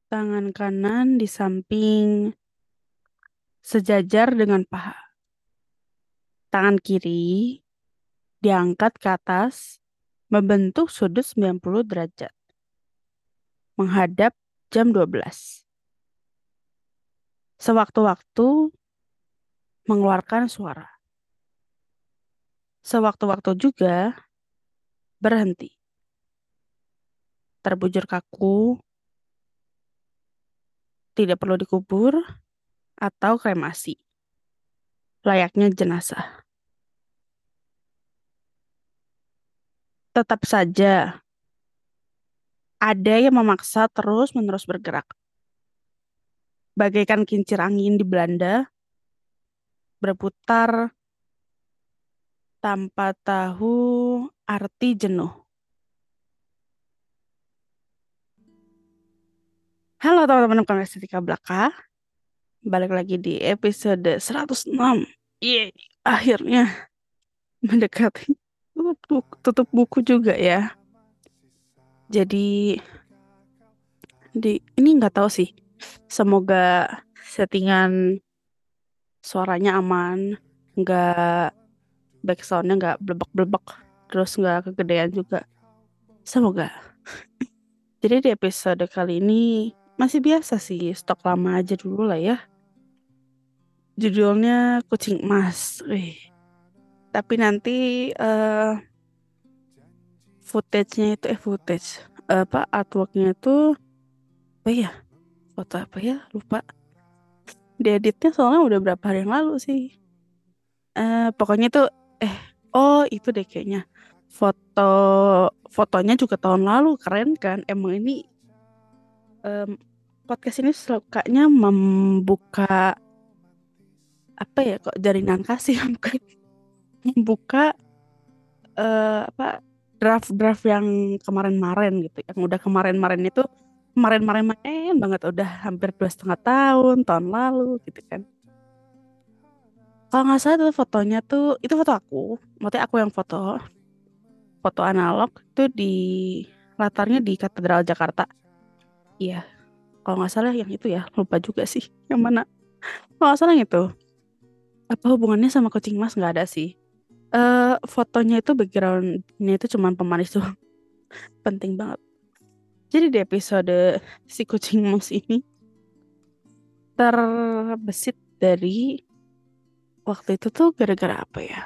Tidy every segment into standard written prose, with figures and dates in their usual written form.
Tangan kanan di samping sejajar dengan paha. Tangan kiri diangkat ke atas membentuk sudut 90 derajat menghadap jam 12. Sewaktu-waktu mengeluarkan suara. Sewaktu-waktu juga berhenti. Terbujur kaku, tidak perlu dikubur atau kremasi. Layaknya jenazah. Tetap saja ada yang memaksa terus-menerus bergerak. Bagaikan kincir angin di Belanda, berputar tanpa tahu arti jenuh. Halo teman-teman Estetika Belaka, balik lagi di episode 106. Yeay, akhirnya mendekati tutup buku juga ya. Jadi ini nggak tahu sih. Semoga settingan suaranya aman, nggak backsoundnya nggak blebek-blebek, terus nggak kegedean juga. Semoga. Jadi di episode kali ini masih biasa sih, stok lama aja dulu lah ya. Judulnya Kucing Emas. Wih. Tapi nanti eh footage-nya itu footage apa artworknya itu apa ya, foto apa ya, lupa. Dieditnya soalnya udah berapa hari yang lalu sih. Pokoknya tuh eh oh itu deh kayaknya foto fotonya juga tahun lalu, keren kan. Emang ini em, podcast ini sukanya membuka apa ya, kok jaringan kasih bukan membuka apa draft-draft yang kemarin-kemarin gitu, yang udah kemarin-kemarin itu kemarin-kemarin banget, udah hampir 2,5 tahun tahun lalu gitu kan. Kalau nggak salah itu fotonya tuh, itu foto aku, maksudnya aku yang foto foto analog itu di latarnya di Katedral Jakarta. Iya, kalau nggak salah yang itu ya, lupa juga sih yang mana. Kalau nggak salah yang itu, apa hubungannya sama kucing mas, nggak ada sih. Fotonya itu backgroundnya itu cuman pemanis tuh. Penting banget. Jadi di episode si kucing mus ini terbesit dari waktu itu tuh gara-gara apa ya?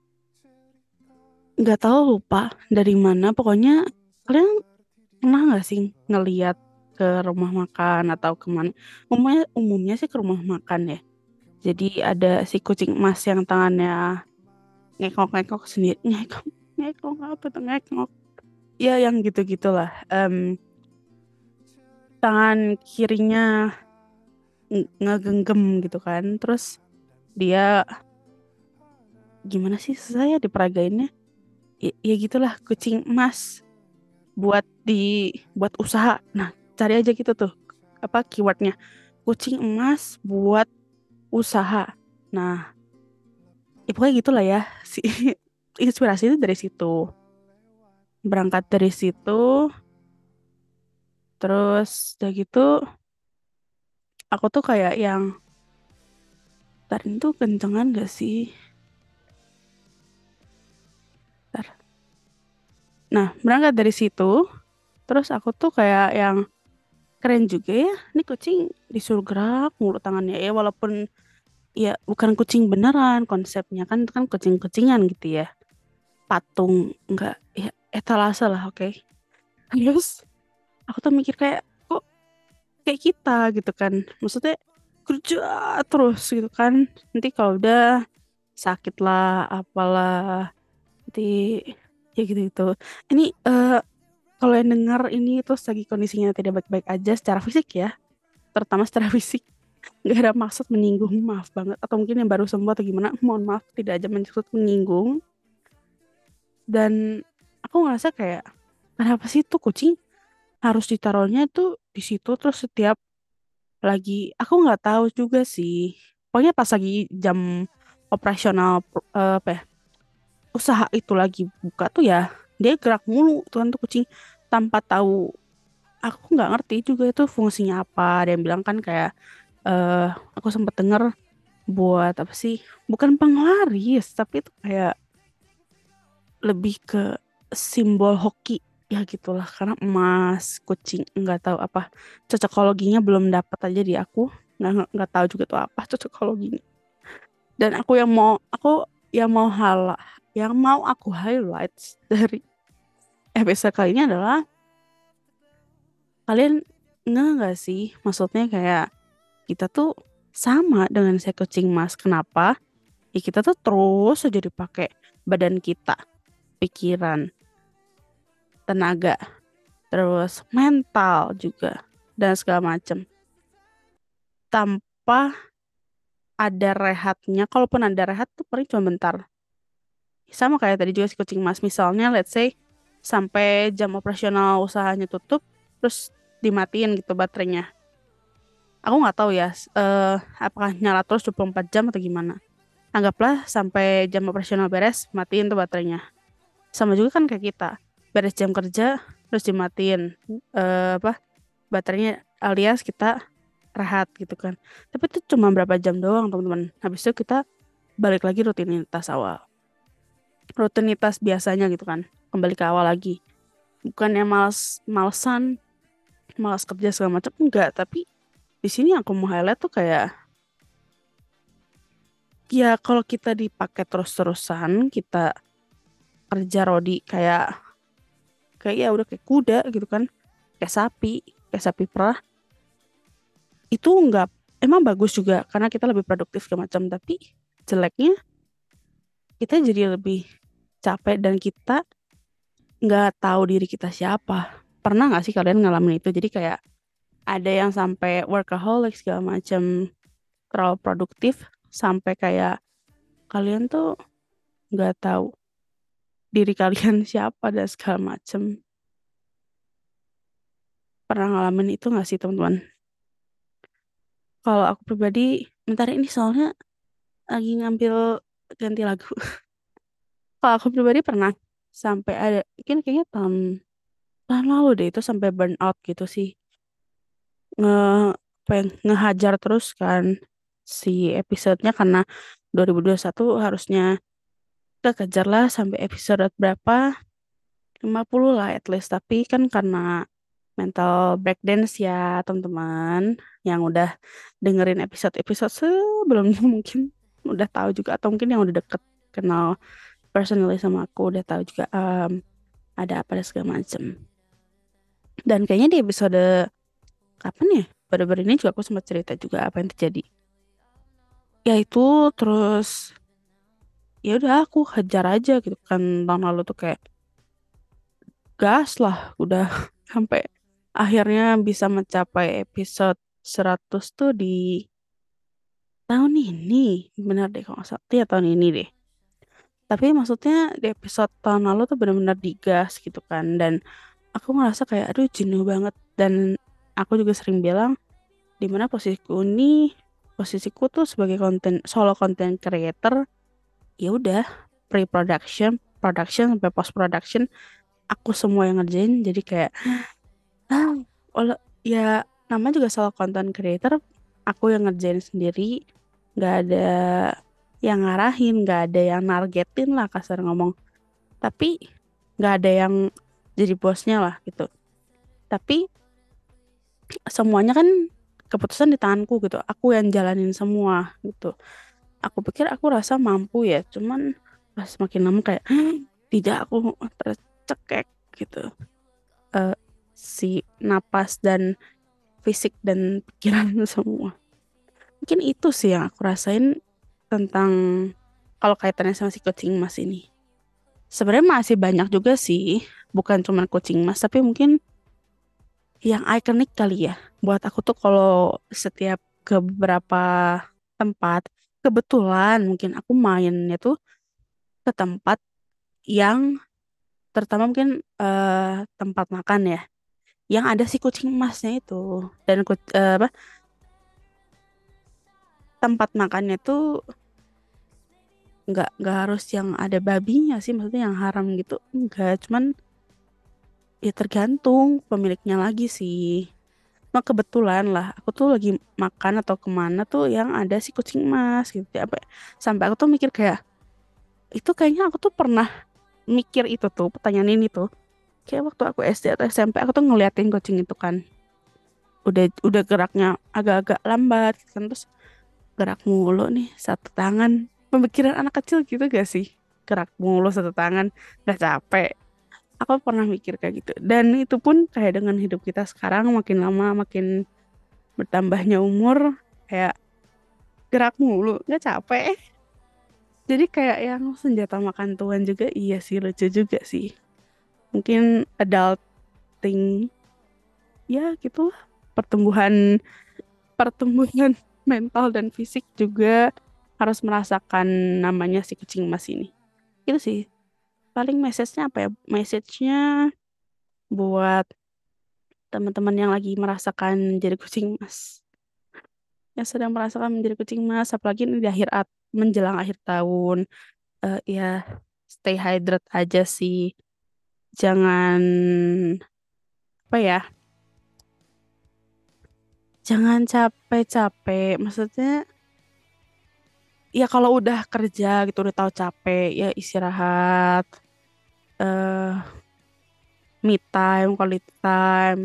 Nggak tahu, lupa dari mana. Pokoknya kalian pernah nggak sih ngeliat ke rumah makan atau kemana? Umumnya sih ke rumah makan ya. Jadi ada si kucing emas yang tangannya ngekok-ngekok sendiri. Ngekok, ngekok apa tuh ngekok? Ya yang gitu-gitulah. Tangan kirinya ngegenggam gitu kan. Terus dia gimana sih saya diperagainnya? Ya gitulah, kucing emas buat usaha. Nah, cari aja gitu tuh apa keywordnya, kucing emas buat usaha. Nah, ya pokoknya gitulah ya. Si inspirasi itu dari situ. Berangkat dari situ, terus udah gitu aku tuh kayak yang tadi tuh kencengan gak sih? Ntar. Nah, berangkat dari situ, terus aku tuh kayak yang keren juga ya. Ini kucing disuruh gerak mulu tangannya ya, walaupun ya bukan kucing beneran konsepnya kan, itu kan kucing-kucingan gitu ya, patung, enggak ya, etalase lah, oke. Terus aku tuh mikir kayak kok kayak kita gitu kan, maksudnya kerja terus gitu kan, nanti kalau udah sakit lah apalah, nanti ya gitu gitu. Ini kalau yang dengar ini terus lagi kondisinya tidak baik-baik aja secara fisik ya, terutama secara fisik, nggak ada maksud menyinggung, maaf banget. Atau mungkin yang baru sembuh atau gimana, mohon maaf, tidak aja maksud menyinggung. Dan aku ngerasa kayak kenapa sih tuh kucing harus ditaruhnya tuh di situ terus setiap lagi, aku nggak tahu juga sih. Pokoknya pas lagi jam operasional apa ya, usaha itu lagi buka tuh ya, dia gerak mulu tuh kan tuh kucing tanpa tahu aku nggak ngerti juga itu fungsinya apa. Ada yang bilang kan kayak eh aku sempat denger buat apa sih? Bukan penglaris, tapi itu kayak lebih ke simbol hoki ya gitulah. Karena emas, kucing, nggak tahu apa cocokologinya belum dapat aja di aku. Nggak tahu juga tuh apa cocokologinya. Dan yang mau aku highlights dari episode kali ini adalah kalian nggak sih? Maksudnya kayak kita tuh sama dengan si kucing mas. Kenapa? Ya kita tuh terus aja dipakai badan kita, pikiran, tenaga, terus mental juga dan segala macem tanpa ada rehatnya. Kalaupun ada rehat tuh paling cuma bentar. Sama kayak tadi juga si kucing mas. Misalnya let's say sampai jam operasional usahanya tutup terus dimatiin gitu baterainya. Aku nggak tahu ya apakah nyala terus 24 jam atau gimana. Anggaplah sampai jam operasional beres, matiin tuh baterainya. Sama juga kan kayak kita. Beres jam kerja, terus dimatiin apa baterainya alias kita rehat gitu kan. Tapi itu cuma berapa jam doang teman-teman. Habis itu kita balik lagi rutinitas awal. Rutinitas biasanya gitu kan. Kembali ke awal lagi. Bukannya malesan, malas kerja segala macam enggak, tapi di sini aku mau highlight tuh kayak ya kalau kita dipakai terus-terusan, kita kerja Rodi kayak kayak ya udah kayak kuda gitu kan, kayak sapi perah itu enggak emang bagus juga karena kita lebih produktif segala macam, tapi jeleknya kita jadi lebih capek dan kita nggak tahu diri kita siapa. Pernah nggak sih kalian ngalamin itu? Jadi kayak ada yang sampai workaholic segala macam, terlalu produktif sampai kayak kalian tuh nggak tahu diri kalian siapa dan segala macem. Pernah ngalamin itu nggak sih teman-teman? Kalau aku pribadi, bentar ini soalnya lagi ngambil ganti lagu. Kalau aku pribadi pernah sampai ada, mungkin kayaknya tahun lalu deh itu sampai burn out gitu sih. Nge, ngehajar terus kan si episodenya karena 2021 harusnya kekejar lah sampai episode berapa 50 lah at least, tapi kan karena mental breakdance ya teman-teman yang udah dengerin episode-episode sebelumnya mungkin udah tahu juga, atau mungkin yang udah deket kenal personally sama aku udah tahu juga ada apa dan segala macem. Dan kayaknya di episode kapan ya baru-baru ini juga aku sempat cerita juga apa yang terjadi, yaitu terus ya udah aku hajar aja gitu kan. Tahun lalu tuh kayak gas lah udah sampai akhirnya bisa mencapai episode 100 tuh di tahun ini. Benar deh kalau nggak salah. Iya tahun ini deh. Tapi maksudnya di episode tahun lalu tuh benar-benar digas gitu kan. Dan aku ngerasa kayak aduh jenuh banget. Dan aku juga sering bilang di mana posisiku tuh sebagai solo content creator, ya udah pre-production, production sampai post production aku semua yang ngerjain. Jadi kayak ah, ya nama juga solo content creator, aku yang ngerjain sendiri, nggak ada yang ngarahin, nggak ada yang nargetin lah kasar ngomong. Tapi nggak ada yang jadi bosnya lah gitu. Tapi semuanya kan keputusan di tanganku gitu. Aku yang jalanin semua gitu. Aku pikir aku rasa mampu ya, cuman pas makin lama kayak tidak, aku tercekek gitu. Eh, si napas dan fisik dan pikiran semua. Mungkin itu sih yang aku rasain tentang kalau kaitannya sama si kucing mas ini. Sebenarnya masih banyak juga sih, bukan cuma kucing mas, tapi mungkin yang ikonik kali ya. Buat aku tuh kalau setiap ke beberapa tempat, kebetulan mungkin aku mainnya tuh ke tempat yang terutama mungkin tempat makan ya, yang ada si kucing emasnya itu. Dan apa tempat makannya tuh nggak harus yang ada babinya sih, maksudnya yang haram gitu enggak, cuman Ya tergantung pemiliknya lagi sih. Nah kebetulan lah, aku tuh lagi makan atau kemana tuh yang ada si kucing emas gitu ya. Sampai aku tuh mikir kayak, itu kayaknya aku tuh pernah mikir itu tuh, pertanyaan ini tuh. Kayak waktu aku SD atau SMP, aku tuh ngeliatin kucing itu kan. Udah geraknya agak-agak lambat gitu kan. Terus gerak mulu nih, satu tangan. Pemikiran anak kecil gitu gak sih? Gerak mulu satu tangan, gak capek. Aku pernah mikir kayak gitu. Dan itu pun kayak dengan hidup kita sekarang makin lama makin bertambahnya umur kayak gerak mulu nggak capek. Jadi kayak yang senjata makan tuan juga iya sih lucu juga sih. Mungkin adulting ya gitulah pertumbuhan pertumbuhan mental dan fisik juga harus merasakan namanya si kucing emas ini. Itu sih paling message-nya apa ya? Message-nya buat teman-teman yang lagi merasakan jadi kucing emas. Yang sedang merasakan menjadi kucing emas apalagi ini di menjelang akhir tahun. Ya stay hydrate aja sih, jangan apa ya, jangan capek-capek, maksudnya ya kalau udah kerja gitu udah tahu capek ya istirahat, eh me time, quality time,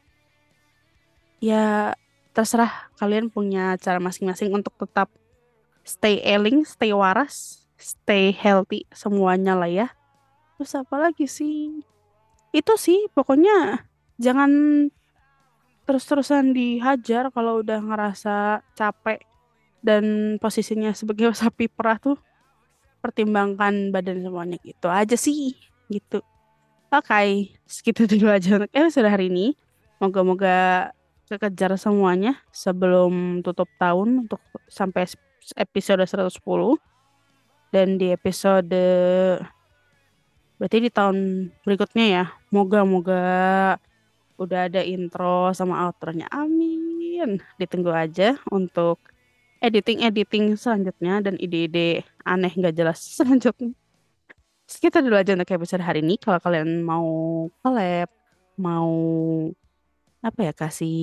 ya terserah kalian punya cara masing-masing untuk tetap stay ailing, stay waras, stay healthy semuanya lah ya. Terus apa lagi sih? Itu sih pokoknya jangan terus-terusan dihajar kalau udah ngerasa capek dan posisinya sebagai sapi perah tuh pertimbangkan badan semuanya gitu aja sih gitu. Oke, segitu dulu aja untuk episode hari ini. Moga-moga kekejar semuanya sebelum tutup tahun untuk sampai episode 110 dan di episode berarti di tahun berikutnya ya. Moga-moga udah ada intro sama outro-nya. Amin. Ditunggu aja untuk editing-editing selanjutnya dan ide-ide aneh nggak jelas selanjutnya. Sekitar dulu aja untuk episode hari ini. Kalau kalian mau collab, mau apa ya kasih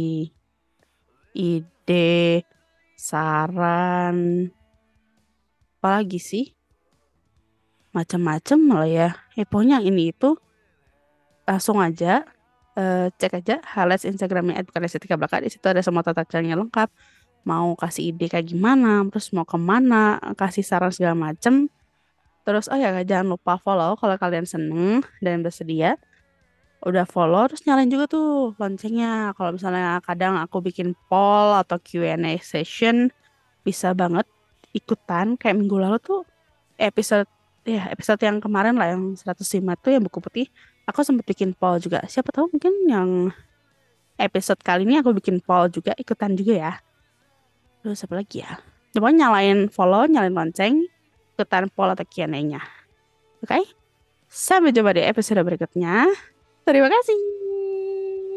ide, saran, apalagi sih macam-macam lah ya. Pokoknya yang ini itu langsung aja cek aja highlights Instagramnya @bukanestetika di situ ada semua tata caranya lengkap. Mau kasih ide kayak gimana, terus mau kemana, kasih saran segala macem. Terus oh ya jangan lupa follow kalau kalian seneng dan bersedia. Udah follow terus nyalain juga tuh loncengnya. Kalau misalnya kadang aku bikin poll atau Q&A session bisa banget ikutan. Kayak minggu lalu tuh episode episode yang kemarin lah yang 105 tuh yang buku putih. Aku sempat bikin poll juga. Siapa tahu mungkin yang episode kali ini aku bikin poll juga ikutan juga ya. Terus apa lagi ya? Coba nyalain follow, nyalain lonceng, ikutan poll atau Q&A-nya. Oke? Sampai jumpa di episode berikutnya. Terima kasih.